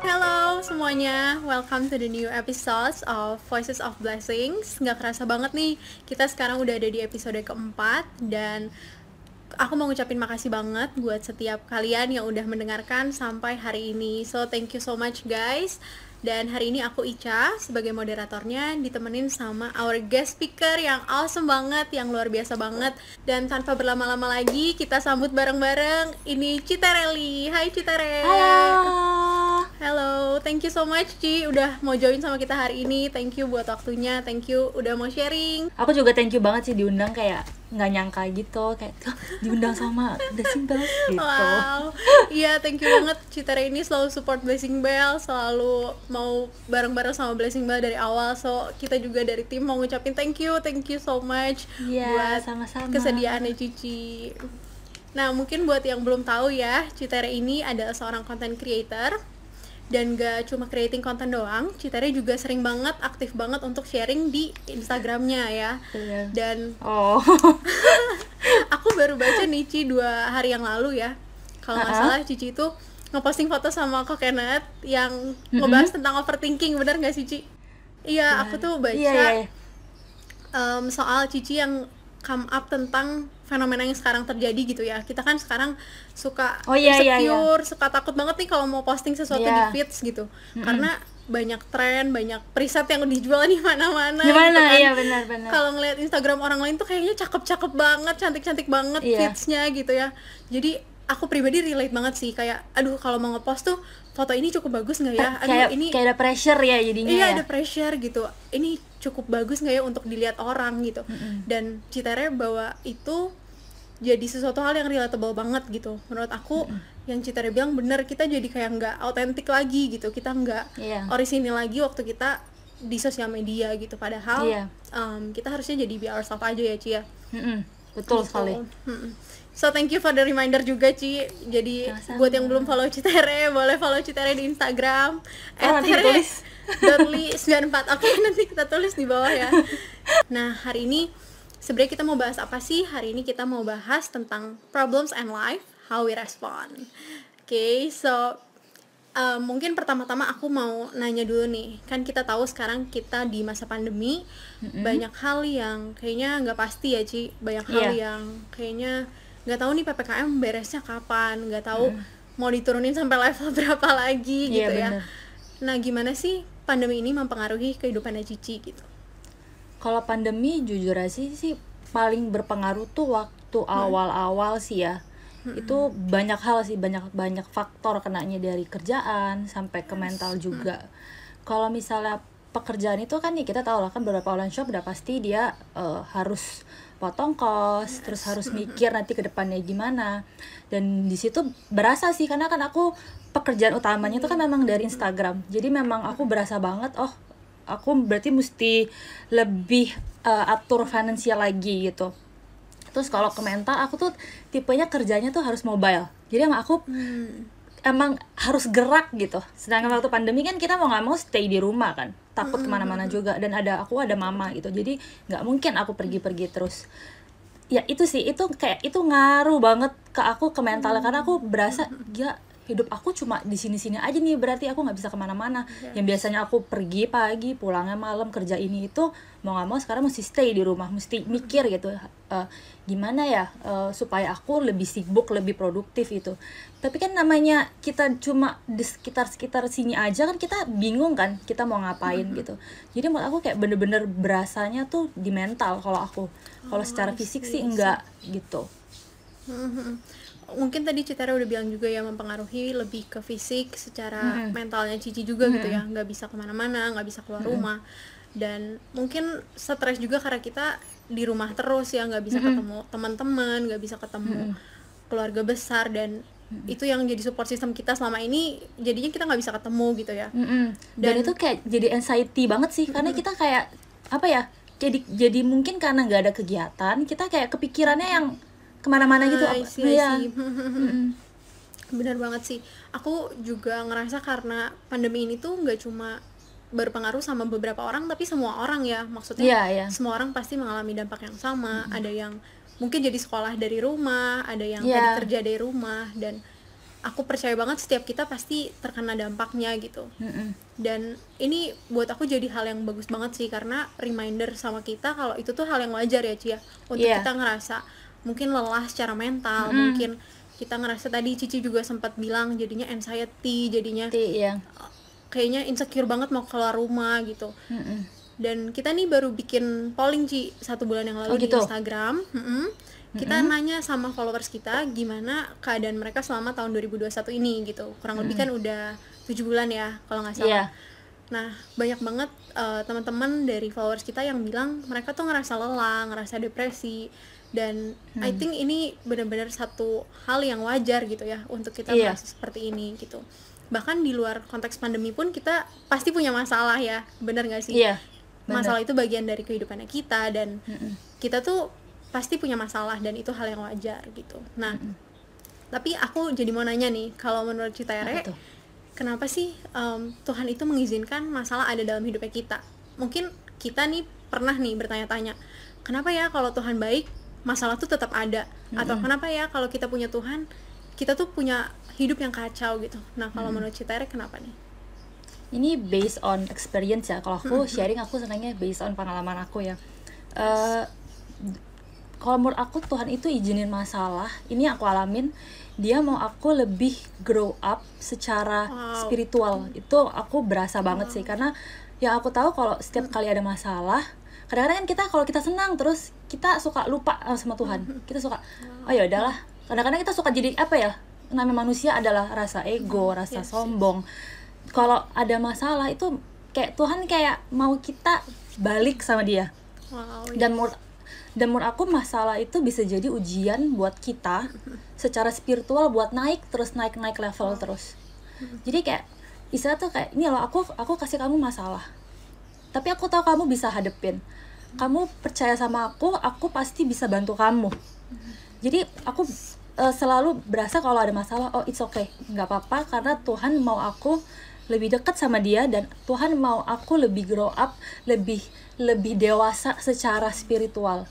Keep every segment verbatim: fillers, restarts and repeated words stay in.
Hello semuanya, welcome to the new episodes of Voices of Blessings. Nggak kerasa banget nih, kita sekarang udah ada di episode keempat. Dan aku mau ngucapin makasih banget buat setiap kalian yang udah mendengarkan sampai hari ini. So thank you so much guys. Dan hari ini aku Ica sebagai moderatornya, ditemenin sama our guest speaker yang awesome banget, yang luar biasa banget. Dan tanpa berlama-lama lagi, kita sambut bareng-bareng. Ini Citarelli. Hai Citare. Halo. Hello, thank you so much Ci udah mau join sama kita hari ini. Thank you buat waktunya, thank you udah mau sharing. Aku juga thank you banget sih diundang, kayak nggak nyangka gitu, kayak "Hah, diundang sama Blessing Bell gitu." Wow, iya thank you banget. Citare ini selalu support Blessing Bell, selalu mau bareng-bareng sama Blessing Bell dari awal. So kita juga dari tim mau ngucapin thank you, thank you so much Iya, buat sama-sama. kesediaannya Cici. Nah mungkin buat yang belum tahu ya, Citare ini adalah seorang content creator. Dan gak cuma creating konten doang, Citare juga sering banget, aktif banget untuk sharing di Instagramnya ya. Iya. Dan Oh. aku baru baca nih Ci dua hari yang lalu ya, kalau nggak Uh-uh. salah Cici itu ngeposting foto sama Kok Kenneth yang ngebahas tentang overthinking, bener nggak sih Ci? Iya, aku tuh baca Iya, iya, iya. em, soal Cici yang come up tentang fenomena yang sekarang terjadi gitu ya. Kita kan sekarang suka Oh, iya, iya, insecure, suka takut banget nih kalau mau posting sesuatu Iya. di feeds gitu. Karena banyak tren, banyak preset yang dijual di mana-mana Gimana? gitu kan. Iya, benar-benar. Kalau ngeliat Instagram orang lain tuh kayaknya cakep-cakep banget, cantik-cantik banget Iya. feeds-nya gitu ya. Jadi aku pribadi relate banget sih, kayak aduh kalau mau ngepost tuh foto ini cukup bagus nggak ya? Aduh kayak ini kayak ada pressure ya jadinya iya ya. ada pressure gitu, ini cukup bagus nggak ya untuk dilihat orang gitu. Dan Citare bawa itu jadi sesuatu hal yang relatable banget gitu menurut aku. Yang Citare bilang bener, kita jadi kayak nggak autentik lagi gitu, kita nggak Iya. orisinil lagi waktu kita di sosial media gitu. Padahal Iya. em, kita harusnya jadi be ourselves aja ya Ci ya. Mm-mm. Betul Gitu. sekali. Mm-mm. So thank you for the reminder juga Ci. Jadi Sama-sama. buat yang belum follow Citare, boleh follow Citare di Instagram Oh, nanti ditulis. dotli sembilan empat. Oke, nanti kita tulis di bawah ya. Nah hari ini sebenarnya kita mau bahas apa sih? Hari ini kita mau bahas tentang problems and life, how we respond. Oke, so Uh, mungkin pertama-tama aku mau nanya dulu nih, kan kita tahu sekarang kita di masa pandemi, banyak hal yang kayaknya nggak pasti ya Ci, banyak hal Iya. yang kayaknya nggak tahu nih P P K M beresnya kapan, nggak tahu mau diturunin sampai level berapa lagi Iya, gitu ya. bener. Nah gimana sih pandemi ini mempengaruhi kehidupannya Cici gitu? Kalau pandemi jujur aja sih, sih paling berpengaruh tuh waktu awal-awal sih ya. Itu banyak hal sih, banyak banyak faktor kenanya, dari kerjaan sampai ke mental juga. Kalau misalnya pekerjaan itu kan ya kita tahu lah, kan beberapa online shop udah pasti dia eh, harus potong kos, terus harus mikir nanti ke depannya gimana. Dan di situ berasa sih, karena kan aku pekerjaan utamanya itu kan memang dari Instagram. Jadi memang aku berasa banget, oh aku berarti mesti lebih eh, atur finansial lagi gitu. Terus kalau ke mental, aku tuh tipenya kerjanya tuh harus mobile. Jadi emang aku emang harus gerak gitu. Sedangkan waktu pandemi kan kita mau nggak mau stay di rumah kan, takut kemana-mana juga. Dan ada aku ada mama gitu, jadi nggak mungkin aku pergi-pergi terus. Ya itu sih, itu kayak itu ngaruh banget ke aku, ke mentalnya. Karena aku berasa ya hidup aku cuma di sini-sini aja nih, berarti aku nggak bisa kemana-mana. Yang biasanya aku pergi pagi, pulangnya malam, kerja ini itu, mau nggak mau sekarang mesti stay di rumah, mesti mikir gitu, eh, gimana ya eh, supaya aku lebih sibuk, lebih produktif itu. Tapi kan namanya kita cuma di sekitar-sekitar sini aja kan, kita bingung kan kita mau ngapain gitu. Jadi menurut aku kayak bener-bener berasanya tuh di mental kalau aku. Kalau secara I fisik see, sih I see. enggak gitu. Mungkin tadi Citara udah bilang juga ya, mempengaruhi lebih ke fisik, secara mentalnya Cici juga gitu ya, nggak bisa kemana-mana, nggak bisa keluar rumah, dan mungkin stres juga karena kita di rumah terus ya, nggak bisa ketemu teman-teman, nggak bisa ketemu keluarga besar, dan itu yang jadi support system kita selama ini, jadinya kita nggak bisa ketemu gitu ya. Mm-mm. Dan, Dan- itu kayak jadi anxiety banget sih, karena kita kayak apa ya, jadi jadi mungkin karena nggak ada kegiatan, kita kayak kepikirannya yang kemana-mana gitu. Ah, I apa- see, I iya. see. Benar banget sih. Aku juga ngerasa karena pandemi ini tuh nggak cuma berpengaruh sama beberapa orang, tapi semua orang ya, maksudnya Iya, iya. semua orang pasti mengalami dampak yang sama. Ada yang mungkin jadi sekolah dari rumah, ada yang Iya. tadi kerja dari rumah, dan aku percaya banget setiap kita pasti terkena dampaknya gitu. Mm-mm. Dan ini buat aku jadi hal yang bagus banget sih, karena reminder sama kita kalau itu tuh hal yang wajar ya Cia, untuk Iya. kita ngerasa mungkin lelah secara mental, Mm-mm. mungkin kita ngerasa, tadi Cici juga sempat bilang jadinya anxiety, jadinya Ti, iya. kayaknya insecure banget mau keluar rumah gitu. Mm-mm. Dan kita nih baru bikin polling Ci satu bulan yang lalu Oh, di gitu? Instagram. Mm-mm. Kita Mm-mm. nanya sama followers kita gimana keadaan mereka selama tahun dua ribu dua puluh satu ini gitu. Kurang lebih kan udah tujuh bulan ya kalau nggak salah. Iya. Nah, banyak banget uh, teman-teman dari followers kita yang bilang mereka tuh ngerasa lelah, ngerasa depresi, dan Hmm. I think ini benar-benar satu hal yang wajar gitu ya untuk kita Iya. merasa seperti ini gitu. Bahkan di luar konteks pandemi pun kita pasti punya masalah ya, benar nggak sih? Iya. Bener. Masalah itu bagian dari kehidupannya kita, dan Mm-mm. kita tuh pasti punya masalah, dan itu hal yang wajar gitu. Nah, Mm-mm. tapi aku jadi mau nanya nih, kalau menurut Citere, Apa tuh? kenapa sih um, Tuhan itu mengizinkan masalah ada dalam hidupnya kita? Mungkin kita nih pernah nih bertanya-tanya, kenapa ya kalau Tuhan baik, masalah tuh tetap ada? Atau kenapa ya kalau kita punya Tuhan, kita tuh punya hidup yang kacau gitu? Nah, kalau menurut Citere kenapa nih? Ini based on experience ya. Kalau aku sharing, aku senangnya based on pengalaman aku ya. Uh, kalau menurut aku Tuhan itu izinin masalah, ini yang aku alamin, dia mau aku lebih grow up secara Wow. spiritual. Itu aku berasa banget sih, karena ya aku tahu kalau setiap kali ada masalah, kadang-kadang kan kita kalau kita senang terus kita suka lupa sama Tuhan. Kita suka, oh ya udahlah. Kadang-kadang kita suka jadi apa ya? Namanya manusia adalah rasa ego, rasa Yes, sombong. Kalau ada masalah itu kayak Tuhan kayak mau kita balik sama dia. Wow, Dan menurut dan menurut aku masalah itu bisa jadi ujian buat kita secara spiritual, buat naik terus naik naik level terus. Jadi kayak istilah tuh kayak, ini loh, aku aku kasih kamu masalah, tapi aku tahu kamu bisa hadepin, kamu percaya sama aku, aku pasti bisa bantu kamu. Jadi aku uh, selalu berasa kalau ada masalah, oh it's okay, nggak apa-apa, karena Tuhan mau aku lebih dekat sama dia, dan Tuhan mau aku lebih grow up, lebih lebih dewasa secara spiritual.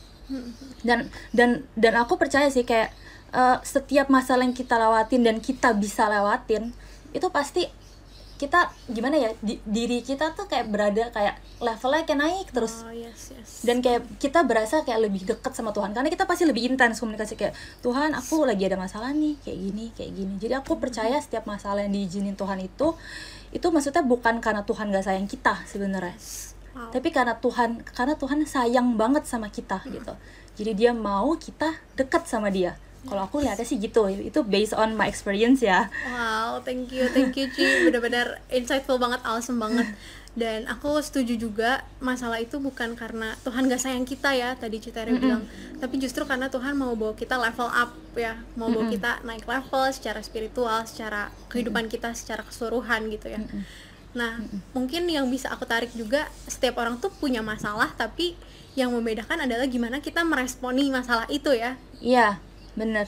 Dan dan dan aku percaya sih kayak uh, setiap masalah yang kita lewatin dan kita bisa lewatin, itu pasti kita gimana ya, di, diri kita tuh kayak berada kayak levelnya kayak naik terus. Oh, yes, yes. Dan kayak kita berasa kayak lebih dekat sama Tuhan, karena kita pasti lebih intens komunikasi kayak, Tuhan aku lagi ada masalah nih, kayak gini, kayak gini. Jadi aku percaya setiap masalah yang diizinin Tuhan itu, itu maksudnya bukan karena Tuhan gak sayang kita sebenarnya, Wow. tapi karena Tuhan karena Tuhan sayang banget sama kita gitu. Jadi dia mau kita dekat sama dia. Kalau aku lihatnya sih gitu, itu based on my experience ya. Wow, thank you, thank you Ci, benar-benar insightful banget, awesome banget. Dan aku setuju juga, masalah itu bukan karena Tuhan gak sayang kita ya, tadi Citere bilang, tapi justru karena Tuhan mau bawa kita level up ya, mau bawa kita naik level secara spiritual, secara kehidupan kita secara keseluruhan gitu ya. Nah, mungkin yang bisa aku tarik juga, setiap orang tuh punya masalah, tapi yang membedakan adalah gimana kita meresponi masalah itu ya. Iya, bener.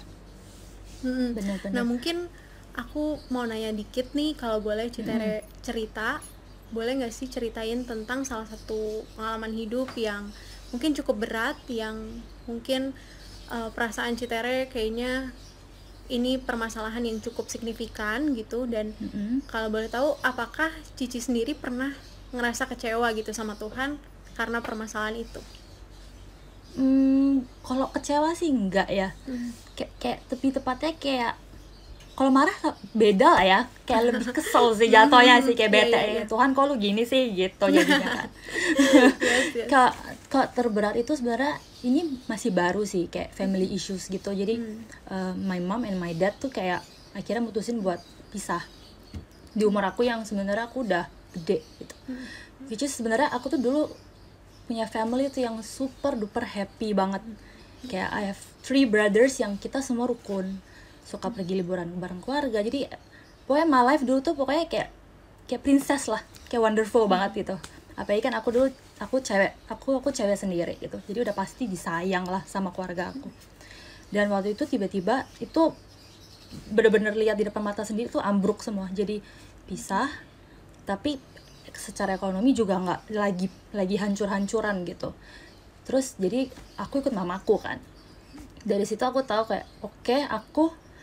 Mm-mm. Bener-bener. Nah, mungkin aku mau nanya dikit nih, kalau boleh Citere cerita, boleh nggak sih ceritain tentang salah satu pengalaman hidup yang mungkin cukup berat, yang mungkin uh, perasaan Citere kayaknya ini permasalahan yang cukup signifikan gitu, dan Mm-mm. kalau boleh tahu, apakah Cici sendiri pernah ngerasa kecewa gitu sama Tuhan karena permasalahan itu? Hmm, kalau kecewa sih enggak ya. Kayak, kayak tepi tepatnya kayak kalau marah beda lah ya, kayak lebih kesel sih jatuhnya sih, kayak Iya, bete iya, iya. Tuhan kok lu gini sih gitu jadinya kan. Yes, yes. Kak, kak terberat itu sebenarnya ini masih baru sih, kayak family issues gitu. Jadi uh, my mom and my dad tuh kayak akhirnya mutusin buat pisah di umur aku yang sebenarnya aku udah gede gitu. Which is sebenarnya aku tuh dulu punya family tuh yang super duper happy banget. Kayak I have three brothers yang kita semua rukun, suka pergi liburan bareng keluarga. Jadi pokoknya my life dulu tuh pokoknya kayak kayak princess lah, kayak wonderful banget gitu. Apalagi kan aku dulu aku cewek, aku aku cewek sendiri gitu. Jadi udah pasti disayang lah sama keluarga aku. Dan waktu itu tiba-tiba itu bener-bener lihat di depan mata sendiri tuh ambruk semua. Jadi pisah, tapi secara ekonomi juga nggak lagi lagi hancur-hancuran gitu. Terus jadi aku ikut mamaku kan. Dari situ aku tahu kayak oke okay, aku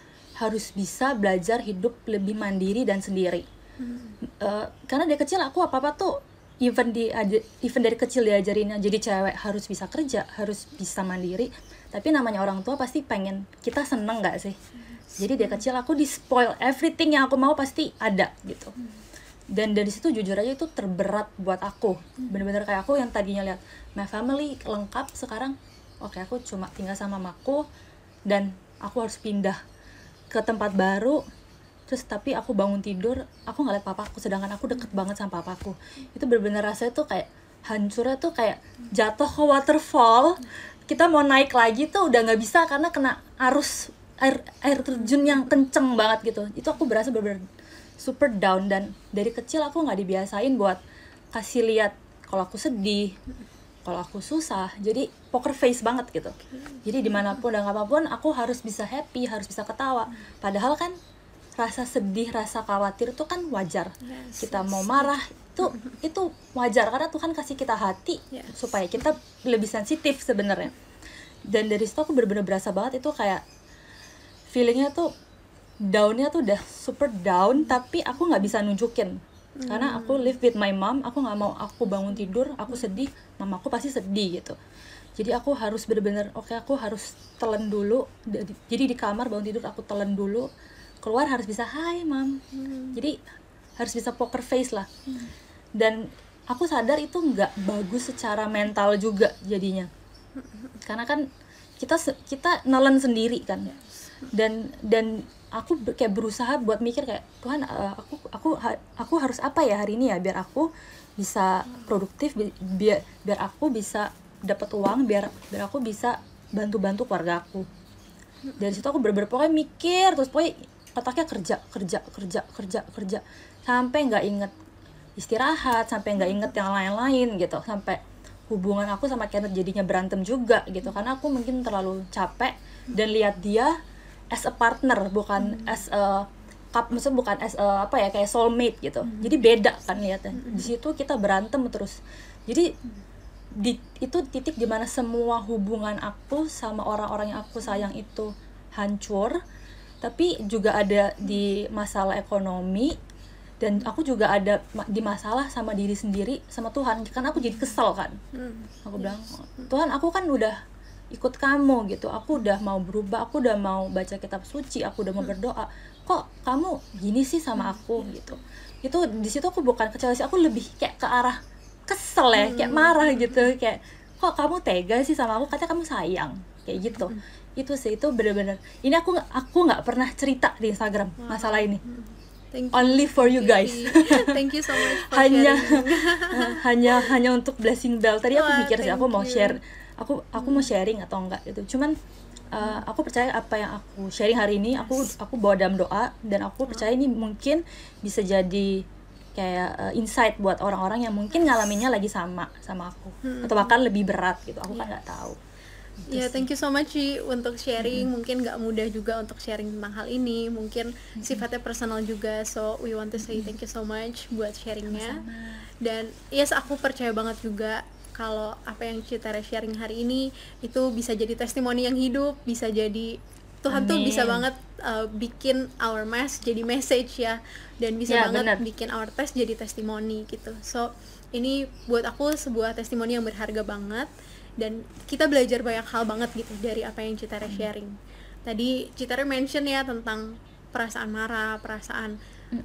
harus bisa belajar hidup lebih mandiri dan sendiri. hmm. uh, karena dari kecil aku apa apa tuh even di even dari kecil diajarinnya jadi cewek harus bisa kerja, harus bisa mandiri. Tapi namanya orang tua pasti pengen kita seneng nggak sih? Jadi dari kecil aku di spoil everything yang aku mau pasti ada gitu. Dan dari situ jujur aja itu terberat buat aku. Bener-bener kayak aku yang tadinya lihat my family lengkap, sekarang oke okay, aku cuma tinggal sama mamaku dan aku harus pindah ke tempat baru. Terus tapi aku bangun tidur aku nggak liat papaku, sedangkan aku deket banget sama papaku. Itu bener-bener rasanya tuh kayak hancurnya tuh kayak jatuh ke waterfall. Kita mau naik lagi tuh udah nggak bisa karena kena arus air air terjun yang kenceng banget gitu. Itu aku berasa bener-bener super down. Dan dari kecil aku nggak dibiasain buat kasih lihat kalau aku sedih, kalau aku susah. Jadi poker face banget gitu. Jadi dimanapun dan apapun aku harus bisa happy, harus bisa ketawa. Padahal kan rasa sedih, rasa khawatir itu kan wajar. Yes, kita yes. mau marah itu itu wajar karena Tuhan kasih kita hati yes. supaya kita lebih sensitif sebenarnya. Dan dari situ aku benar-benar berasa banget itu kayak feelingnya tuh downnya tuh udah super down, tapi aku nggak bisa nunjukin hmm. karena aku live with my mom. Aku nggak mau aku bangun tidur aku sedih, mamaku pasti sedih gitu. Jadi aku harus benar-benar oke okay, aku harus telan dulu. Jadi di kamar bangun tidur aku telan dulu, keluar harus bisa hai mam. hmm. Jadi harus bisa poker face lah. hmm. Dan aku sadar itu nggak bagus secara mental juga jadinya, karena kan kita kita nelen sendiri kan. Dan dan aku kayak berusaha buat mikir kayak Tuhan, uh, aku aku aku harus apa ya hari ini ya biar aku bisa produktif, biar biar aku bisa dapat uang, biar biar aku bisa bantu-bantu keluarga aku. Dari situ aku bener-bener pokoknya mikir terus, pokoknya otaknya kerja kerja kerja kerja kerja sampai nggak inget istirahat, sampai nggak inget yang lain-lain gitu, sampai hubungan aku sama Kenneth jadinya berantem juga gitu karena aku mungkin terlalu capek dan lihat dia as a partner, bukan hmm. as a cup, maksudnya bukan as a, apa ya kayak soulmate gitu. hmm. Jadi beda kan lihatnya. hmm. Di situ kita berantem terus. Jadi di, itu titik dimana semua hubungan aku sama orang-orang yang aku sayang itu hancur. Tapi juga ada di masalah ekonomi, dan aku juga ada di masalah sama diri sendiri, sama Tuhan. Karena aku jadi kesel kan. hmm. Aku bilang, Tuhan aku kan udah ikut kamu gitu, aku udah mau berubah, aku udah mau baca kitab suci, aku udah mau berdoa, kok kamu gini sih sama aku gitu. Itu di situ aku bukan kecewa sih, aku lebih kayak ke arah kesel ya, kayak marah gitu, kayak kok kamu tega sih sama aku, katanya kamu sayang, kayak gitu. Itu sih, itu bener-bener ini aku aku nggak pernah cerita di Instagram masalah ini. Thank you. Only for you guys. Thank you so much for hanya sharing. hanya hanya untuk blessing bell. Tadi aku Wah, mikir sih aku mau you. share, aku aku hmm. mau sharing atau enggak gitu. Cuman uh, aku percaya apa yang aku sharing hari ini, aku aku bawa dalam doa, dan aku percaya ini mungkin bisa jadi kayak uh, insight buat orang-orang yang mungkin ngalaminnya lagi sama sama aku, hmm. atau bahkan lebih berat gitu. Aku yeah. kan nggak tahu. Ya, yeah, thank you so much Ci untuk sharing. Mm-hmm. Mungkin nggak mudah juga untuk sharing tentang hal ini. Mungkin mm-hmm. sifatnya personal juga. So we want to say thank you so much buat sharingnya. Sama-sama. Dan yes, aku percaya banget juga kalau apa yang Citara sharing hari ini itu bisa jadi testimoni yang hidup, bisa jadi Tuhan Amin. Tuh bisa banget uh, bikin our mess jadi message ya, dan bisa ya, banget bener. Bikin our test jadi testimoni gitu. So ini buat aku sebuah testimoni yang berharga banget. Dan kita belajar banyak hal banget gitu dari apa yang Citara sharing. Tadi Citara mention ya tentang perasaan marah, perasaan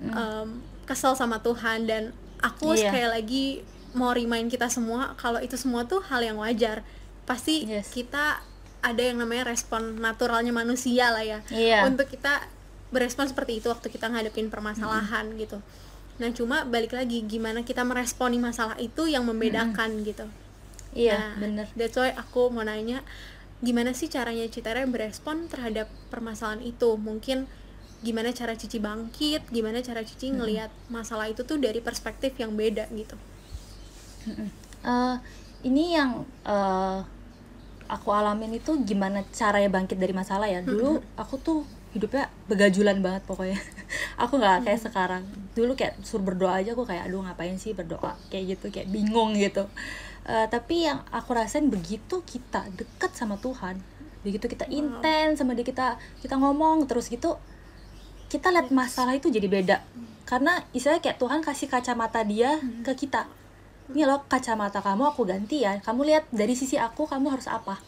um, kesel sama Tuhan, dan aku yeah. sekali lagi mau remind kita semua kalau itu semua tuh hal yang wajar. Pasti yes. kita ada yang namanya respon naturalnya manusia lah ya, yeah. untuk kita berespon seperti itu waktu kita ngadepin permasalahan mm-hmm. gitu. Nah cuma balik lagi gimana kita meresponi masalah itu yang membedakan mm-hmm. gitu. Iya, nah, bener. That's why aku mau nanya, gimana sih caranya Citara berespon terhadap permasalahan itu? Mungkin gimana cara Cici bangkit, gimana cara Cici ngelihat masalah itu tuh dari perspektif yang beda gitu. Uh, ini yang uh, aku alamin itu gimana caranya bangkit dari masalah ya. Dulu aku tuh hidupnya begajulan banget pokoknya. Aku nggak kayak sekarang. Dulu kayak suruh berdoa aja aku kayak aduh ngapain sih berdoa kayak gitu, kayak bingung gitu. Uh, tapi yang aku rasain begitu kita dekat sama Tuhan, begitu kita wow. intens sama dia, kita kita ngomong terus gitu, kita lihat masalah itu jadi beda. Karena istilahnya kayak Tuhan kasih kacamata dia ke kita. Ini loh kacamata kamu aku ganti ya. Kamu lihat dari sisi aku kamu harus apa.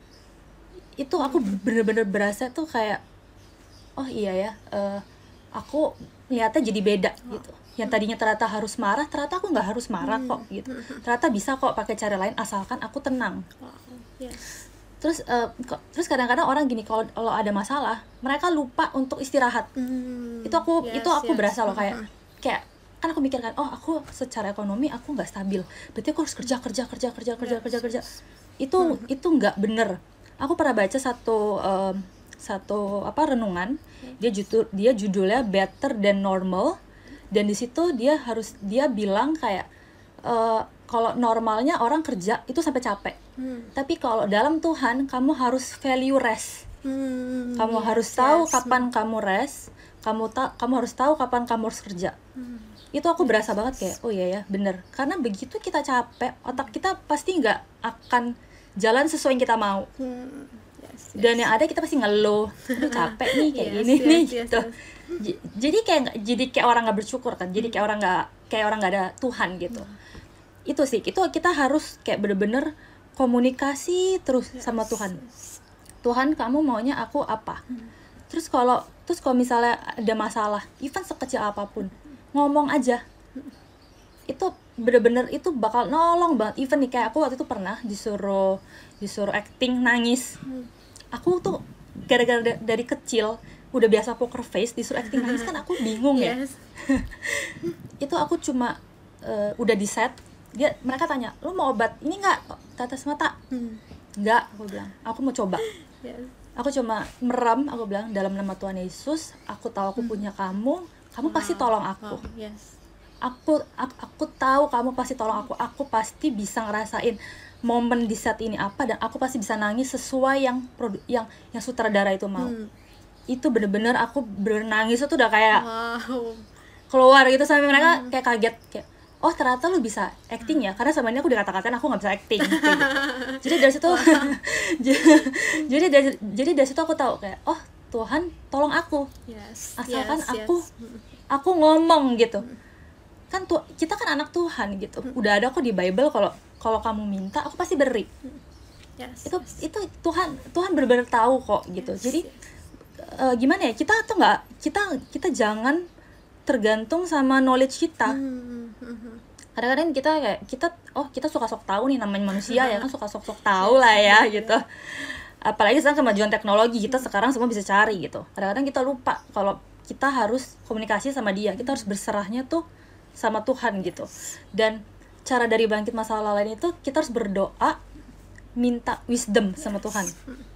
Itu aku bener-bener berasa tuh kayak oh iya ya, uh, aku lihatnya jadi beda gitu. Yang tadinya ternyata harus marah, ternyata aku nggak harus marah kok gitu. Ternyata bisa kok pakai cara lain asalkan aku tenang. Yes. Terus uh, terus kadang-kadang orang gini, kalau kalau ada masalah mereka lupa untuk istirahat. Mm. Itu aku Yes, itu aku yes. berasa loh kayak kayak kan aku mikirkan oh aku secara ekonomi aku nggak stabil, berarti aku harus kerja kerja kerja kerja kerja Yes. kerja kerja. Itu mm-hmm. itu nggak bener. Aku pernah baca satu um, satu apa renungan, dia judul dia judulnya Better Than Normal, dan di situ dia harus dia bilang kayak uh, kalau normalnya orang kerja itu sampai capek, hmm. tapi kalau dalam Tuhan kamu harus value rest, hmm, kamu yes, harus tahu yes. kapan hmm. kamu rest, kamu tak kamu harus tahu kapan kamu harus kerja. Hmm. Itu aku berasa banget kayak oh iya ya bener, karena begitu kita capek otak kita pasti nggak akan jalan sesuai yang kita mau. Hmm. Yes, yes. Dan yang ada kita pasti ngeluh, aduh capek nih kayak yes, gini yes, nih yes, gitu. Yes, yes. Jadi kayak jadi kayak orang nggak bersyukur kan, jadi kayak orang nggak kayak orang nggak ada Tuhan gitu. Hmm. Itu sih, itu kita harus kayak bener-bener komunikasi terus yes. sama Tuhan. Tuhan kamu maunya aku apa? Hmm. Terus kalau terus kalau misalnya ada masalah, even sekecil apapun, ngomong aja. Hmm. Itu bener-bener itu bakal nolong banget. Even nih kayak aku waktu itu pernah disuruh disuruh acting nangis. Hmm. Aku tuh gara-gara dari kecil udah biasa poker face, disuruh acting nangis kan aku bingung ya. Yes. Itu aku cuma uh, udah di set. Dia mereka tanya, lu mau obat ini nggak tetes mata? Hmm. Nggak, aku bilang, aku mau coba. Yes. Aku cuma merem, aku bilang dalam nama Tuhan Yesus, aku tahu aku hmm. punya kamu, kamu wow. pasti tolong aku. Wow. Yes. Aku, aku aku tahu kamu pasti tolong aku, aku pasti bisa ngerasain momen di saat ini apa, dan aku pasti bisa nangis sesuai yang produ- yang yang sutradara itu mau. Hmm. Itu bener-bener aku bernangis itu udah kayak wow. keluar gitu sampai mereka hmm. kayak kaget kayak oh ternyata lu bisa acting ya, karena sama ini aku dikata-katain aku nggak bisa acting gitu. Jadi dari situ jadi dari jadi dari situ aku tahu kayak oh Tuhan tolong aku yes, asalkan yes, aku yes. aku ngomong gitu. Kan tuh kita kan anak Tuhan gitu, udah ada kok di Bible kalau kalau kamu minta aku pasti beri. Yes, itu yes. itu Tuhan Tuhan benar-benar tahu kok gitu. Yes, jadi yes. Uh, gimana ya, kita tuh nggak kita kita jangan tergantung sama knowledge kita. Hmm. Kadang-kadang kita kayak kita oh kita suka sok tahu nih, namanya manusia ya kan, suka sok-sok tahu lah ya gitu. Apalagi sekarang kemajuan teknologi, kita sekarang semua bisa cari gitu. Kadang-kadang kita lupa kalau kita harus komunikasi sama dia, kita harus berserahnya tuh sama Tuhan gitu. Dan cara dari bangkit masalah lain itu kita harus berdoa, minta wisdom sama Tuhan.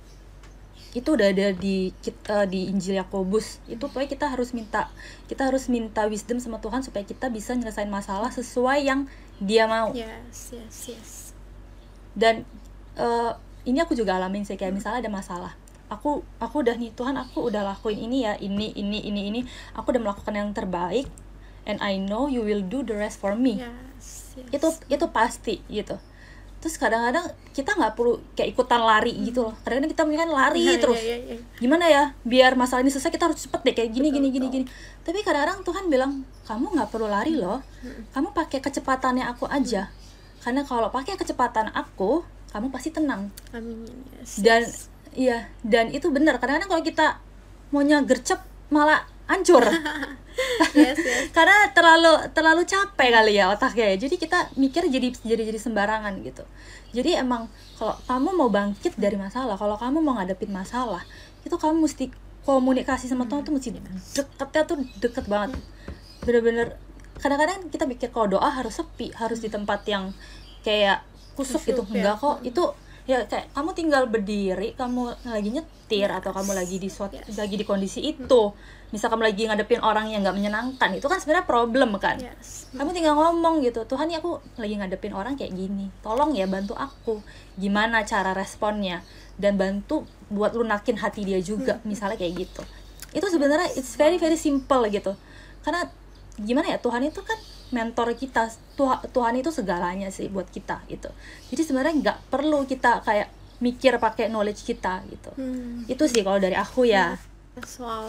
Itu udah ada di kita di Injil Yakobus. Itu pokoknya kita harus minta kita harus minta wisdom sama Tuhan supaya kita bisa nyelesain masalah sesuai yang Dia mau. Yes, yes, yes. Dan uh, ini aku juga alamin sih, kayak misalnya ada masalah. Aku aku udah nih Tuhan, aku udah lakuin ini ya, ini ini ini ini. Aku udah melakukan yang terbaik, and I know you will do the rest for me. Yes, yes. Itu itu pasti gitu. Terus kadang-kadang kita nggak perlu kayak ikutan lari hmm. gitu loh. Kadang-kadang kita mendingan lari yeah, terus. Yeah, yeah, yeah. Gimana ya? Biar masalah ini selesai kita harus cepet deh kayak gini betul, gini betul. gini gini. Tapi kadang-kadang Tuhan bilang, "Kamu nggak perlu lari loh. Hmm. Kamu pakai kecepatannya aku aja." Hmm. Karena kalau pakai kecepatan aku, kamu pasti tenang. Amin. Yes, dan yes. iya, dan itu benar. Kadang-kadang kalau kita maunya gercep malah hancur. Yes, yes. Karena terlalu terlalu capek kali ya otaknya. Jadi kita mikir jadi jadi jadi sembarangan gitu. Jadi emang kalau kamu mau bangkit dari masalah, kalau kamu mau ngadepin masalah, itu kamu mesti komunikasi sama Tuhan tuh mesti deketnya tuh deket banget. Bener-bener kadang-kadang kita mikir kalau doa harus sepi, harus di tempat yang kayak kusuk gitu. Enggak kok, itu ya kayak kamu tinggal berdiri, kamu lagi nyetir atau kamu lagi di suatu yes. lagi di kondisi itu, misal kamu lagi ngadepin orang yang nggak menyenangkan, itu kan sebenarnya problem kan. Yes. Kamu tinggal ngomong gitu, Tuhan ya aku lagi ngadepin orang kayak gini, tolong ya bantu aku, gimana cara responnya, dan bantu buat lunakin hati dia juga, misalnya kayak gitu. Itu sebenarnya it's very very simple gitu, karena gimana ya, Tuhan itu kan mentor kita, Tuhan, Tuhan itu segalanya sih buat kita gitu. Jadi sebenarnya nggak perlu kita kayak mikir pakai knowledge kita gitu. Hmm. Itu sih kalau dari aku ya. Yes, wow.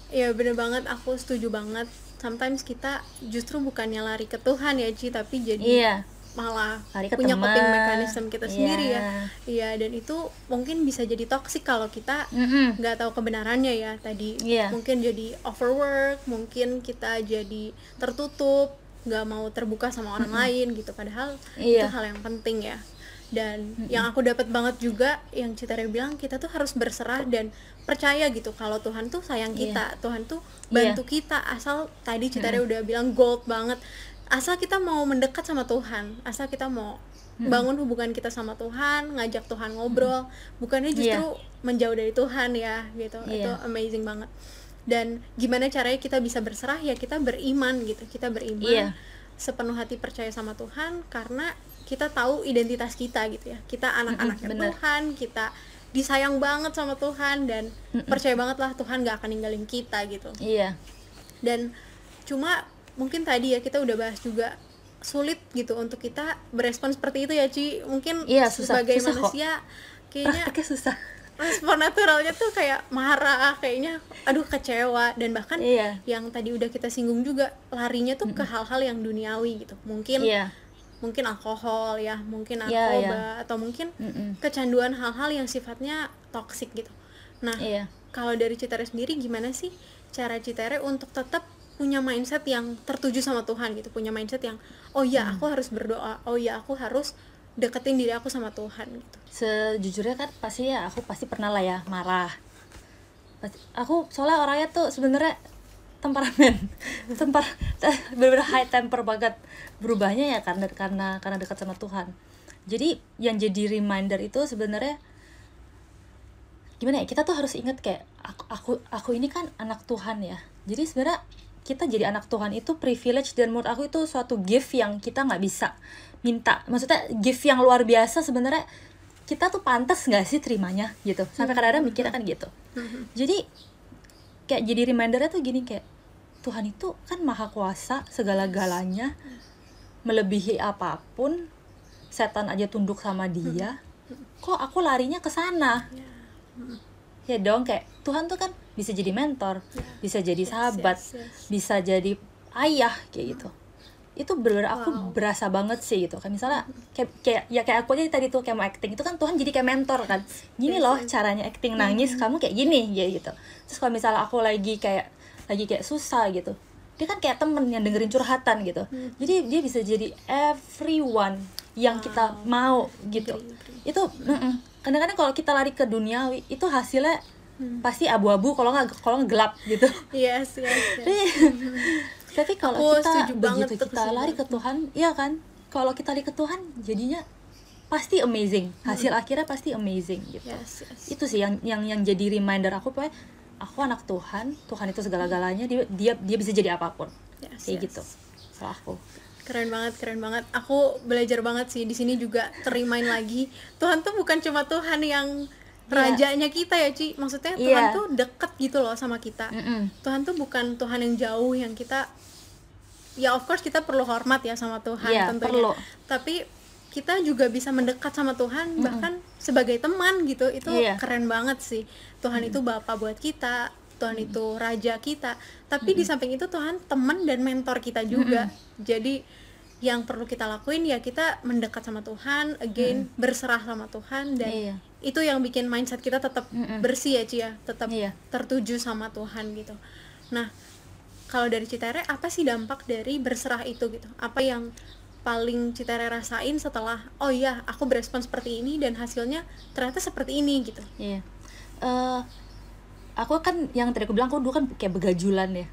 Iya bener banget, aku setuju banget. Sometimes kita justru bukannya lari ke Tuhan ya Ci, tapi jadi Iya, malah lari ke punya coping teman. mechanism kita Iya. sendiri ya. Iya, dan itu mungkin bisa jadi toxic kalau kita Mm-mm. nggak tahu kebenarannya ya tadi. Iya. Mungkin jadi overwork, mungkin kita jadi tertutup, nggak mau terbuka sama orang lain gitu. Padahal itu Iya. hal yang penting ya. Dan yang aku dapat banget juga yang Citere bilang, kita tuh harus berserah dan percaya gitu kalau Tuhan tuh sayang kita, Tuhan tuh bantu kita. Asal tadi Citere udah bilang gold banget, asal kita mau mendekat sama Tuhan, asal kita mau bangun hubungan kita sama Tuhan, ngajak Tuhan ngobrol, bukannya justru menjauh dari Tuhan ya gitu. Itu Iya. amazing banget. Dan gimana caranya kita bisa berserah, ya kita beriman gitu, kita beriman Iya. sepenuh hati percaya sama Tuhan, karena kita tahu identitas kita gitu ya, kita anak-anaknya bener. Tuhan, kita disayang banget sama Tuhan, dan percaya banget lah Tuhan gak akan ninggalin kita gitu. Iya. Dan cuma mungkin tadi ya kita udah bahas juga, sulit gitu untuk kita berespon seperti itu ya Ci. Mungkin Iya, susah, sebagai susah kok. manusia kayaknya Prakteknya susah. respon naturalnya tuh kayak marah, kayaknya aduh kecewa, dan bahkan Iya. yang tadi udah kita singgung juga, larinya tuh ke hal-hal yang duniawi gitu. Mungkin Iya. mungkin alkohol ya, mungkin Iya, narkoba, iya. atau mungkin Mm-mm. kecanduan hal-hal yang sifatnya toksik gitu. Nah, Iya. kalau dari Citere sendiri gimana sih cara Citere untuk tetap punya mindset yang tertuju sama Tuhan gitu, punya mindset yang oh ya aku harus berdoa, oh ya aku harus deketin diri aku sama Tuhan gitu. Sejujurnya kan pasti ya aku pasti pernah lah ya marah. Pasti, aku soalnya orangnya tuh sebenarnya temperamen, temper, bener-bener high temper banget. Berubahnya ya karena karena karena dekat sama Tuhan. Jadi yang jadi reminder itu sebenarnya gimana ya, kita tuh harus ingat kayak aku aku aku ini kan anak Tuhan ya. Jadi sebenarnya kita jadi anak Tuhan itu privilege, dan menurut aku itu suatu gift yang kita nggak bisa minta. Maksudnya gift yang luar biasa sebenarnya, kita tuh pantas nggak sih terimanya gitu. Sampai kadang-kadang mikirnya kan gitu. Jadi kayak jadi remindernya tuh gini, kayak Tuhan itu kan maha kuasa, segala-galanya, melebihi apapun. Setan aja tunduk sama dia. Kok aku larinya ke sana? Ya dong, kayak Tuhan tuh kan bisa jadi mentor, bisa jadi sahabat, yes, yes. bisa jadi ayah kayak gitu. Itu bener-bener aku Wow. berasa banget sih gitu. Kayak misalnya kayak, kayak ya kayak aku aja tadi tuh kayak mau acting, itu kan Tuhan jadi kayak mentor kan. Gini loh caranya acting nangis, kamu kayak gini ya gitu. Terus kalau misalnya aku lagi kayak lagi kayak susah gitu, dia kan kayak temen yang dengerin curhatan gitu. Jadi dia bisa jadi everyone yang kita mau gitu. Itu mm-mm. Kadang-kadang kalau kita lari ke duniawi itu hasilnya pasti abu-abu, kalau nggak kalau nggak gelap gitu. Yes, yes, yes. Tapi kalau Aku kita setuju banget begitu tuh kita kesimpulan. lari ke Tuhan, iya kan? Kalau kita lari ke Tuhan jadinya pasti amazing. Hasil akhirnya pasti amazing gitu. Yes, yes. Itu sih yang yang yang jadi reminder aku, pokoknya aku anak Tuhan, Tuhan itu segala-galanya, dia dia dia bisa jadi apapun. Yes, Kayak yes. gitu. Kalau aku. Keren banget, keren banget. Aku belajar banget sih di sini juga, terimain lagi Tuhan tuh bukan cuma Tuhan yang rajanya kita ya Ci, maksudnya Tuhan Iya. tuh deket gitu loh sama kita. Mm-mm. Tuhan tuh bukan Tuhan yang jauh yang kita, ya of course kita perlu hormat ya sama Tuhan Iya, tentunya, perlu. tapi kita juga bisa mendekat sama Tuhan bahkan sebagai teman gitu. Itu Iya. keren banget sih. Tuhan itu Bapa buat kita, Tuhan itu Raja kita, tapi di samping itu Tuhan teman dan mentor kita juga. Jadi yang perlu kita lakuin ya kita mendekat sama Tuhan, again berserah sama Tuhan, dan Iya. itu yang bikin mindset kita tetap bersih ya Ci ya, tetap Iya. tertuju sama Tuhan gitu. Nah, kalau dari Citere apa sih dampak dari berserah itu gitu? Apa yang paling Citere rasain setelah oh iya aku berespon seperti ini dan hasilnya ternyata seperti ini gitu? Iya. Eh, aku kan yang tadi aku bilang, aku dulu kan kayak begajulan ya.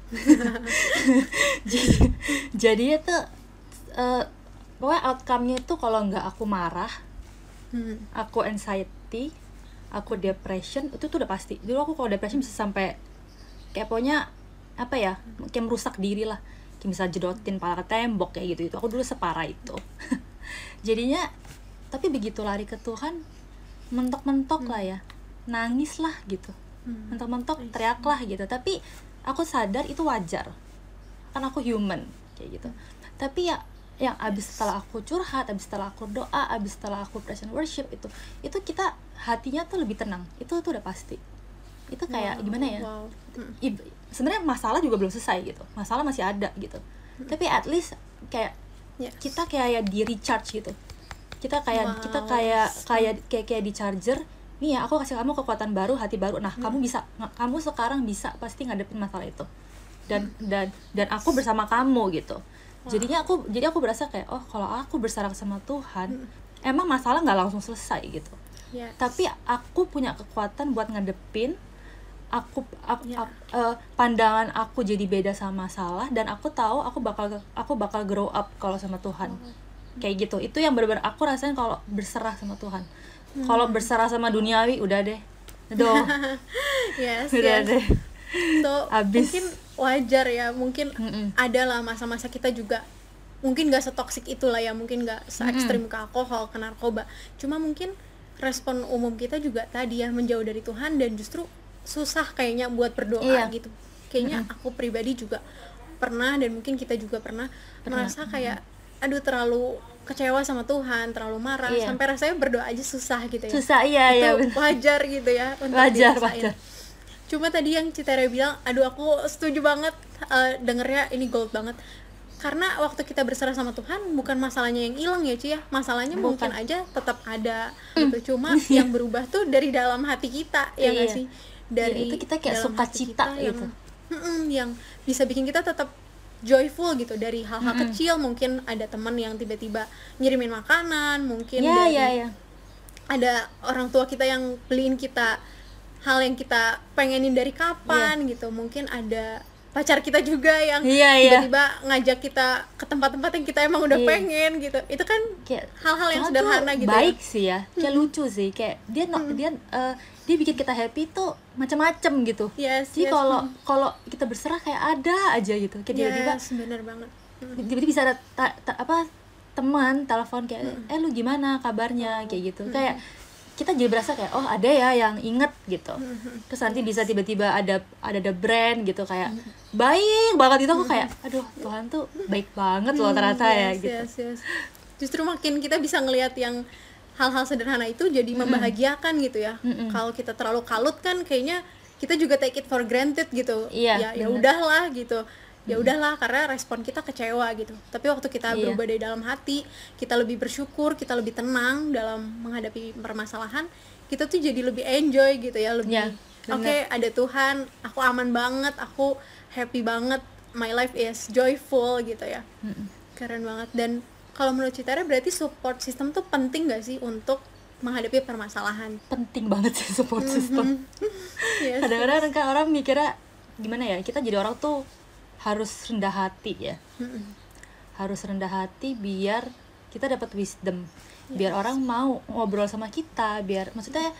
jadi jadinya tuh eh, pokoknya outcome-nya itu kalau nggak aku marah, Hmm. aku anxiety, aku depression, itu tuh udah pasti. Dulu aku kalau depression bisa sampai kayak pokoknya apa ya, kayak merusak diri lah, kayak misalnya jedotin pala ke tembok kayak gitu. Itu aku dulu separah itu. Jadinya tapi begitu lari ke Tuhan, mentok-mentok lah ya, nangis lah gitu, mentok-mentok teriak lah gitu. Tapi aku sadar itu wajar, kan aku human kayak gitu. Tapi ya yang abis setelah aku curhat, abis setelah aku doa, abis setelah aku praise and worship, itu itu kita hatinya tuh lebih tenang. Itu tuh udah pasti. itu kayak Wow, gimana ya, wow. Mm. I- sebenarnya masalah juga belum selesai gitu, masalah masih ada gitu, tapi at least kayak Yes. kita kayak di recharge gitu, kita kayak Wow. kita kayak kayak kayak kayak di charger nih ya, aku kasih kamu kekuatan baru, hati baru, nah Hmm. kamu bisa ng- kamu sekarang bisa pasti ngadepin masalah itu, dan dan dan aku bersama kamu gitu. Jadinya aku jadi aku berasa kayak, oh kalau aku berserah sama Tuhan, Hmm. emang masalah nggak langsung selesai gitu, Yes. tapi aku punya kekuatan buat ngadepin. Aku, aku Ya. ak- eh, pandangan aku jadi beda sama masalah, dan aku tahu aku bakal aku bakal grow up kalau sama Tuhan. Kayak gitu. Itu yang benar-benar aku rasain kalau berserah sama Tuhan. Kalau berserah sama duniawi udah deh. Aduh, Yes, udah yes. deh. So, Abis. mungkin wajar ya, mungkin Mm-mm. ada lah masa-masa kita juga mungkin gak setoksik itulah ya, mungkin gak se-ekstrim ke alkohol, ke narkoba. Cuma mungkin respon umum kita juga tadi ya, menjauh dari Tuhan, dan justru susah kayaknya buat berdoa Iya. gitu. Kayaknya aku pribadi juga pernah, dan mungkin kita juga pernah, Pernah. merasa kayak aduh terlalu kecewa sama Tuhan, terlalu marah, Iya. sampai rasanya berdoa aja susah gitu ya. Susah, iya, Itu iya, bener. wajar gitu ya untuk Wajar, dirasain. wajar. Cuma tadi yang Citere bilang, aduh aku setuju banget, eh, dengernya ini gold banget. Karena waktu kita berserah sama Tuhan, bukan masalahnya yang hilang ya Ci ya, masalahnya Bukan. mungkin aja tetap ada gitu. Cuma yang berubah tuh dari dalam hati kita, ya nggak Iya. sih? Dari Iya, itu kita kayak dalam hati sukacita kita gitu. yang, mm-mm, yang bisa bikin kita tetap joyful gitu, dari hal-hal Mm-mm. kecil. Mungkin ada teman yang tiba-tiba ngirimin makanan, mungkin Iya, dari iya, iya. ada orang tua kita yang beliin kita hal yang kita pengenin dari kapan gitu. Mungkin ada pacar kita juga yang Iya, iya. tiba-tiba ngajak kita ke tempat-tempat yang kita emang udah Iya. pengen gitu. Itu kan Kayak hal-hal yang Tuhan sederhana tuh gitu baik ya. sih ya, kayak lucu sih, kayak dia no, dia eh, dia bikin kita happy tuh macam-macam gitu. Yes, Jadi yes. kalau Hmm. kalau kita berserah kayak ada aja gitu, kayak tiba-tiba Yes, bener banget. Hmm. tiba-tiba bisa ada ta- ta- apa teman telepon kayak, eh lu gimana kabarnya, kayak gitu. Kayak kita jadi berasa kayak, oh ada ya yang inget gitu. Terus nanti bisa tiba-tiba ada ada ada brand gitu kayak baik banget, itu aku kayak, aduh Tuhan tuh baik banget loh ternyata Hmm, ya yes, gitu. yes, yes. Justru makin kita bisa ngelihat yang hal-hal sederhana itu jadi membahagiakan gitu ya. Mm-mm. Kalau kita terlalu kalut kan kayaknya kita juga take it for granted gitu. Iya, ya ya bener. udahlah gitu. Ya udahlah karena respon kita kecewa gitu. Tapi waktu kita Iya. berubah dari dalam hati, kita lebih bersyukur, kita lebih tenang dalam menghadapi permasalahan, kita tuh jadi lebih enjoy gitu ya, lebih Iya, oke bener. ada Tuhan, aku aman banget, aku happy banget, my life is joyful gitu ya. Mm-mm. Keren banget. Dan kalau menurut Citere berarti support system tuh penting gak sih untuk menghadapi permasalahan? Penting banget sih support system. Yes. Kadang-kadang kan orang mikirnya gimana ya, kita jadi orang tuh harus rendah hati ya, Mm-mm. harus rendah hati biar kita dapat wisdom, biar orang mau ngobrol sama kita, biar maksudnya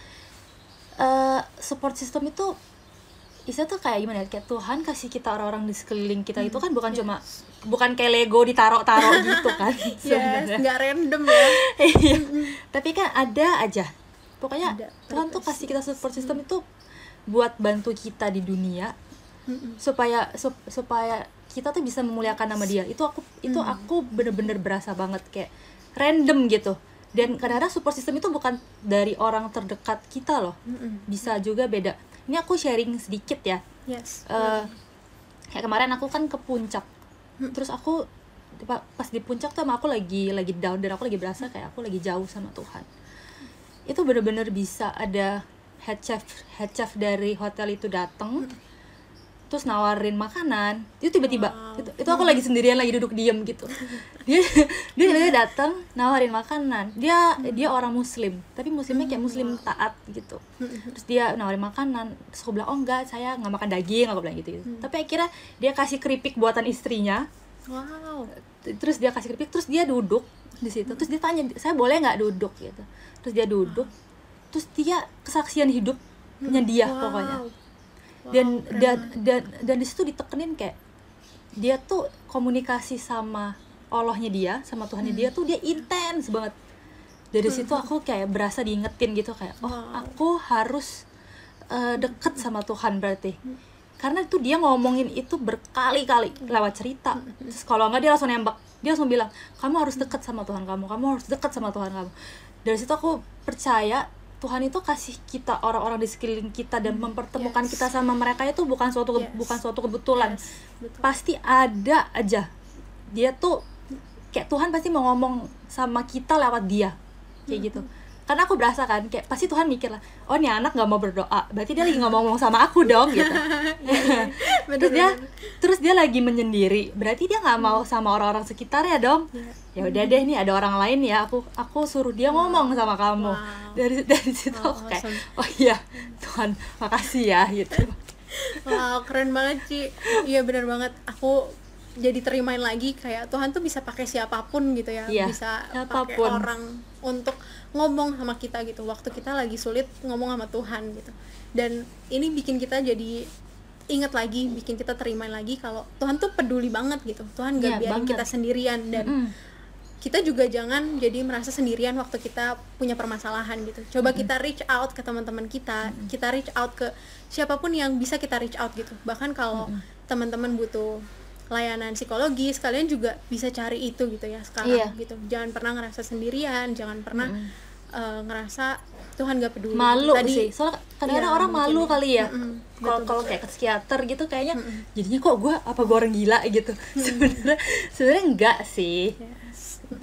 eh, support system itu istilah tuh kayak gimana ya, kayak Tuhan kasih kita orang-orang di sekeliling kita itu kan bukan cuma bukan kayak Lego ditaro-taro gitu kan Yes, sebenarnya. nggak random ya. Iya. Tapi kan ada aja. Pokoknya Ada Tuhan tuh purpose. kasih kita support system itu buat bantu kita di dunia Mm-mm. supaya sup- supaya kita tuh bisa memuliakan nama Dia. Itu aku itu Hmm. aku bener-bener berasa banget kayak random gitu. Dan kadang-kadang support system itu bukan dari orang terdekat kita loh. Mm-mm. Bisa juga beda. Ini aku sharing sedikit ya. Yes. Eh, kayak kemarin aku kan ke puncak. Terus aku pa- pas di puncak tuh emang aku lagi lagi down dan aku lagi berasa kayak aku lagi jauh sama Tuhan. Itu bener-bener bisa ada head chef head chef dari hotel itu datang, terus nawarin makanan. Itu tiba-tiba Wow. itu, itu aku lagi sendirian lagi duduk diem gitu. Dia dia tiba-tiba datang nawarin makanan. Dia dia orang muslim, tapi muslimnya kayak muslim taat gitu. Terus dia nawarin makanan, terus aku bilang, oh enggak, saya nggak makan daging, aku bilang gitu, gitu. Tapi akhirnya dia kasih keripik buatan istrinya. Wow. Terus dia kasih keripik, terus dia duduk di situ, terus dia tanya, saya boleh nggak duduk gitu. Terus dia duduk, terus dia kesaksian hidupnya dia Wow. pokoknya. Wow, Dan keren dan banget. dan dan di situ ditekenin kayak dia tuh komunikasi sama Allahnya dia, sama Tuhannya dia tuh dia intens banget. Dari situ aku kayak berasa diingetin gitu kayak, oh Wow. aku harus uh, deket sama Tuhan berarti. Karena itu dia ngomongin itu berkali-kali lewat cerita. Terus kalau nggak dia langsung nembak, dia langsung bilang, kamu harus deket sama Tuhan kamu, kamu harus deket sama Tuhan kamu. Dari situ aku percaya Tuhan itu kasih kita orang-orang di sekeliling kita dan mempertemukan Yes. kita sama mereka itu bukan suatu Yes. bukan suatu kebetulan. Yes, betul. Pasti ada aja. Dia tuh kayak Tuhan pasti mau ngomong sama kita lewat dia. Kayak gitu. Karena aku berasa kan kayak pasti Tuhan mikir lah, oh nih anak nggak mau berdoa, berarti dia lagi ngomong-ngomong sama aku dong gitu. terus dia terus dia lagi menyendiri, berarti dia nggak mau sama orang-orang sekitarnya dong. Ya udah deh, nih ada orang lain ya, aku aku suruh dia ngomong sama kamu. Wow. Dari dari situ Wow, aku kayak, awesome. oh iya Tuhan makasih ya gitu. Wow, keren banget Ci. Iya benar banget. Aku jadi terimain lagi kayak Tuhan tuh bisa pakai siapapun gitu ya. Iya, Bisa pakai siapapun. orang untuk ngomong sama kita gitu. Waktu kita lagi sulit ngomong sama Tuhan gitu. Dan ini bikin kita jadi ingat lagi, bikin kita terimain lagi kalau Tuhan tuh peduli banget gitu. Tuhan gak Iya, biarin banget. kita sendirian dan Mm-mm. kita juga jangan jadi merasa sendirian waktu kita punya permasalahan gitu. Coba kita reach out ke teman-teman kita, kita reach out ke siapapun yang bisa kita reach out gitu. Bahkan kalau teman-teman butuh layanan psikologis, kalian juga bisa cari itu gitu ya sekarang Iya. gitu. Jangan pernah ngerasa sendirian, jangan pernah uh, ngerasa Tuhan gak peduli. Malu Tadi, sih, soalnya kadang-kadang iya, orang mungkin malu ya. kali ya. Mm-mm, Kalau betul, kalau betul. kayak ke psikiater gitu kayaknya jadinya kok gue apa gue orang gila gitu. Sebenarnya sebenarnya enggak sih. Yes.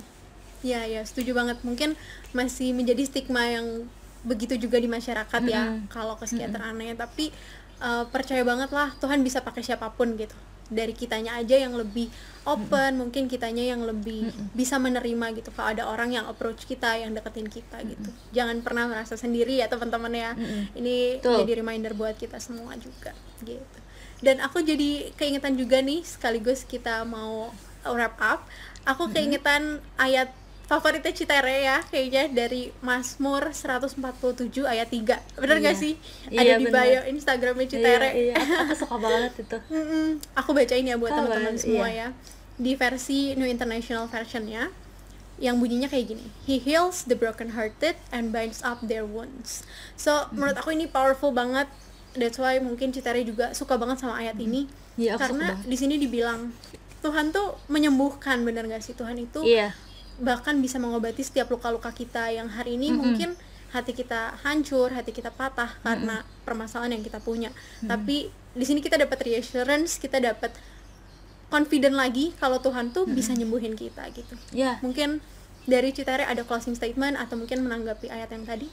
Ya, ya, setuju banget. Mungkin masih menjadi stigma yang begitu juga di masyarakat ya, Mm-mm. kalau ke psikiater aneh. Tapi uh, percaya banget lah, Tuhan bisa pakai siapapun gitu. Dari kitanya aja yang lebih open, Mm-mm. mungkin kitanya yang lebih Mm-mm. bisa menerima gitu. Kalau ada orang yang approach kita, yang deketin kita gitu. Mm-mm. Jangan pernah merasa sendiri ya teman-teman ya. Mm-mm. Ini Tuh. jadi reminder buat kita semua juga gitu. Dan aku jadi keingetan juga nih, sekaligus kita mau wrap up. Aku keingetan mm-hmm. ayat favoritnya Citere ya, kayaknya dari Mazmur seratus empat puluh tujuh ayat tiga. Bener Iya. gak sih? Iya, Ada di bener. bio Instagramnya Citere. Iya, iya. Aku, aku suka banget itu. Mm-mm. Aku bacain ya buat Sabar, teman-teman semua iya. ya. Di versi New International Version-nya, yang bunyinya kayak gini. He heals the broken-hearted and binds up their wounds. So, menurut aku ini powerful banget. That's why mungkin Citere juga suka banget sama ayat ini. Iya, aku Karena suka banget. di sini dibilang Tuhan tuh menyembuhkan, bener gak sih? Tuhan itu Iya. bahkan bisa mengobati setiap luka-luka kita yang hari ini mm-hmm. mungkin hati kita hancur, hati kita patah mm-hmm. karena permasalahan yang kita punya. Mm-hmm. Tapi di sini kita dapat reassurance, kita dapat confident lagi kalau Tuhan tuh mm-hmm. bisa nyembuhin kita gitu. Iya. Mungkin dari Citere ada closing statement atau mungkin menanggapi ayat yang tadi?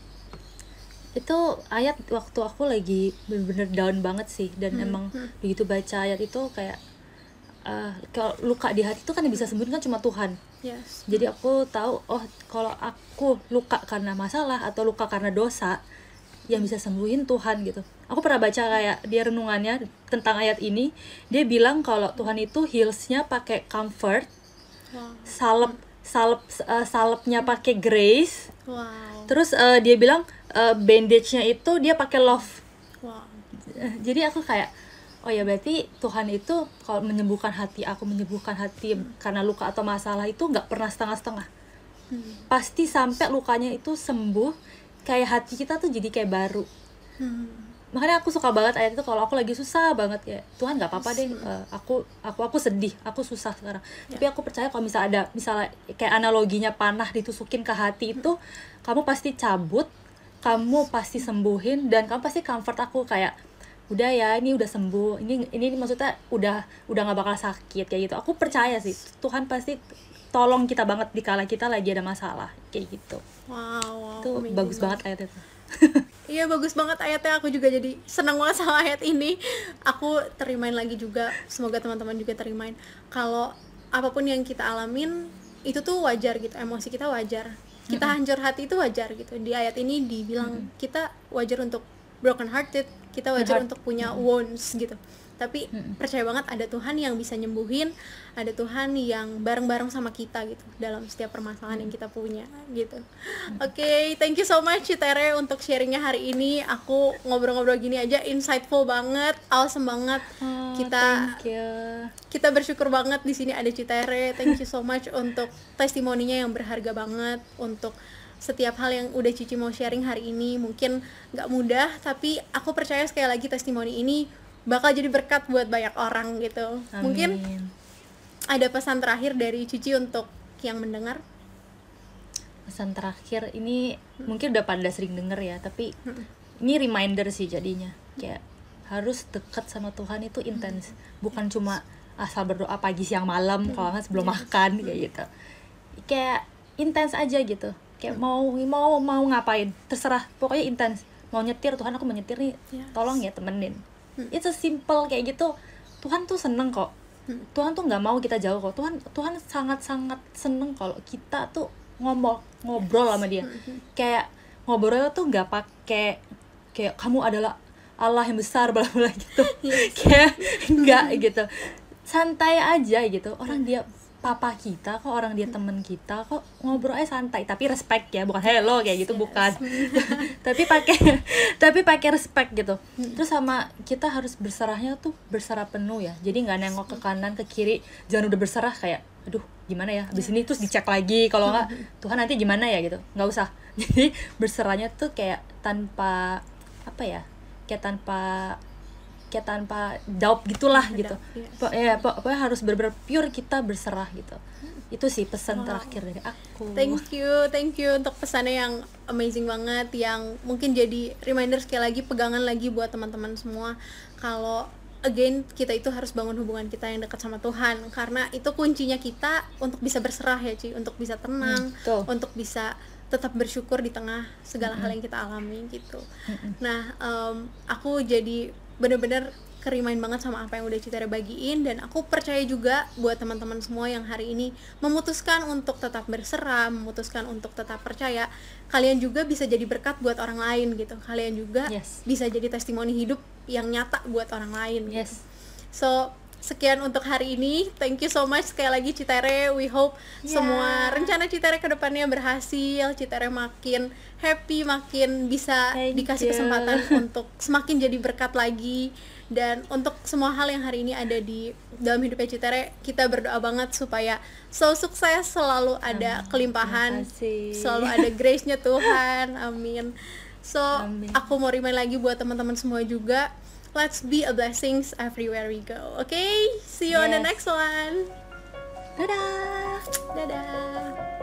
Itu ayat waktu aku lagi bener-bener down banget sih, dan hmm. emang hmm. begitu baca ayat itu kayak uh, kalau luka di hati itu kan yang bisa sembuhin kan cuma Tuhan. Yes. Jadi aku tahu, oh kalau aku luka karena masalah atau luka karena dosa, yang bisa sembuhin Tuhan gitu. Aku pernah baca kayak dia renungannya tentang ayat ini, dia bilang kalau Tuhan itu heals-nya pakai comfort, wow. salep salep uh, salepnya pakai grace, wow. terus uh, dia bilang uh, bandage-nya itu dia pakai love. Wow. Uh, jadi aku kayak, oh ya berarti Tuhan itu kalau menyembuhkan hati aku, menyembuhkan hati hmm. karena luka atau masalah itu nggak pernah setengah-setengah. Hmm. Pasti sampai lukanya itu sembuh, kayak hati kita tuh jadi kayak baru. Hmm. Makanya aku suka banget ayat itu kalau aku lagi susah banget ya. Tuhan nggak apa-apa deh, uh, aku aku aku sedih, aku susah sekarang. Ya. Tapi aku percaya kalau misalnya ada misalnya kayak analoginya panah ditusukin ke hati itu, hmm. kamu pasti cabut, kamu pasti sembuhin, dan kamu pasti comfort aku kayak udah ya, ini udah sembuh, ini ini maksudnya udah udah nggak bakal sakit kayak gitu. Aku percaya sih Tuhan pasti tolong kita banget di kala kita lagi ada masalah kayak gitu. Wow, wow, itu bagus banget ayat itu. Iya bagus banget ayatnya, aku juga jadi senang banget sama ayat ini. Aku terimain lagi juga, semoga teman-teman juga terimain kalau apapun yang kita alamin itu tuh wajar gitu, emosi kita wajar, kita mm-hmm. hancur hati itu wajar gitu. Di ayat ini dibilang mm-hmm. kita wajar untuk broken hearted, kita wajar Heart. untuk punya mm-hmm. wounds gitu. Tapi mm-hmm. percaya banget ada Tuhan yang bisa nyembuhin, ada Tuhan yang bareng-bareng sama kita gitu dalam setiap permasalahan mm-hmm. yang kita punya gitu. Mm-hmm. Oke, okay, thank you so much Citere untuk sharingnya hari ini. Aku ngobrol-ngobrol gini aja insightful banget, awesome banget. Oh, kita thank you. Kita bersyukur banget di sini ada Citere. Thank you so much untuk testimoninya yang berharga banget, untuk setiap hal yang udah Cici mau sharing hari ini. Mungkin nggak mudah, tapi aku percaya sekali lagi testimoni ini bakal jadi berkat buat banyak orang gitu. Amin. Mungkin ada pesan terakhir dari Cici untuk yang mendengar? pesan terakhir ini mungkin udah pada sering denger ya, tapi ini reminder sih jadinya, kayak harus dekat sama Tuhan itu intens, bukan cuma asal berdoa pagi siang malam kalau nggak sebelum makan kayak gitu, kayak intens aja gitu, kayak mau mau mau ngapain terserah, pokoknya intens. Mau nyetir, Tuhan aku mau nyetir nih, tolong ya temenin. It's a simple kayak gitu, Tuhan tuh seneng kok. Tuhan tuh nggak mau kita jauh kok. Tuhan Tuhan sangat-sangat seneng kalau kita tuh ngomong ngobrol sama dia. Kayak ngobrolnya tuh nggak pakai kayak kamu adalah Allah yang besar bla bla gitu. Yes. Kayak nggak gitu. Santai aja gitu. Orang dia papa kita kok, orang dia temen kita kok, ngobrolnya santai tapi respect ya, bukan hello kayak gitu, yes. Bukan. tapi pakai tapi pakai respect gitu. Terus sama kita harus berserahnya tuh berserah penuh ya, jadi nggak nengok ke kanan ke kiri, jangan udah berserah kayak aduh gimana ya abis ini terus dicek lagi, kalau nggak Tuhan nanti gimana ya gitu, nggak usah. Jadi berserahnya tuh kayak tanpa apa ya, kayak tanpa kayak tanpa doubt gitulah gitu. Yes. Ya pokoknya harus benar-benar pure kita berserah gitu. Itu sih pesan wow. terakhir dari aku. Thank you, thank you untuk pesannya yang amazing banget, yang mungkin jadi reminder sekali lagi, pegangan lagi buat teman-teman semua kalau again kita itu harus bangun hubungan kita yang dekat sama Tuhan, karena itu kuncinya kita untuk bisa berserah ya Ci, untuk bisa tenang, hmm, untuk bisa tetap bersyukur di tengah segala mm-hmm. hal yang kita alami gitu. Mm-hmm. Nah, um, aku jadi bener-bener kerimain banget sama apa yang udah Citere bagiin, dan aku percaya juga buat teman-teman semua yang hari ini memutuskan untuk tetap berserah, memutuskan untuk tetap percaya, kalian juga bisa jadi berkat buat orang lain gitu. Kalian juga yes. bisa jadi testimoni hidup yang nyata buat orang lain. Yes. Gitu. So sekian untuk hari ini. Thank you so much sekali lagi Citere. We hope yeah. semua rencana Citere ke depannya berhasil. Citere makin happy, makin bisa Thank dikasih you. kesempatan untuk semakin jadi berkat lagi. Dan untuk semua hal yang hari ini ada di dalam hidupnya Citere, kita berdoa banget supaya selalu sukses, selalu ada Amin. kelimpahan, selalu ada grace-nya Tuhan. Amin. So, Amin. aku mau remind lagi buat teman-teman semua juga, let's be a blessings everywhere we go. Okay? See you yes. on the next one. Dadah. Dadah.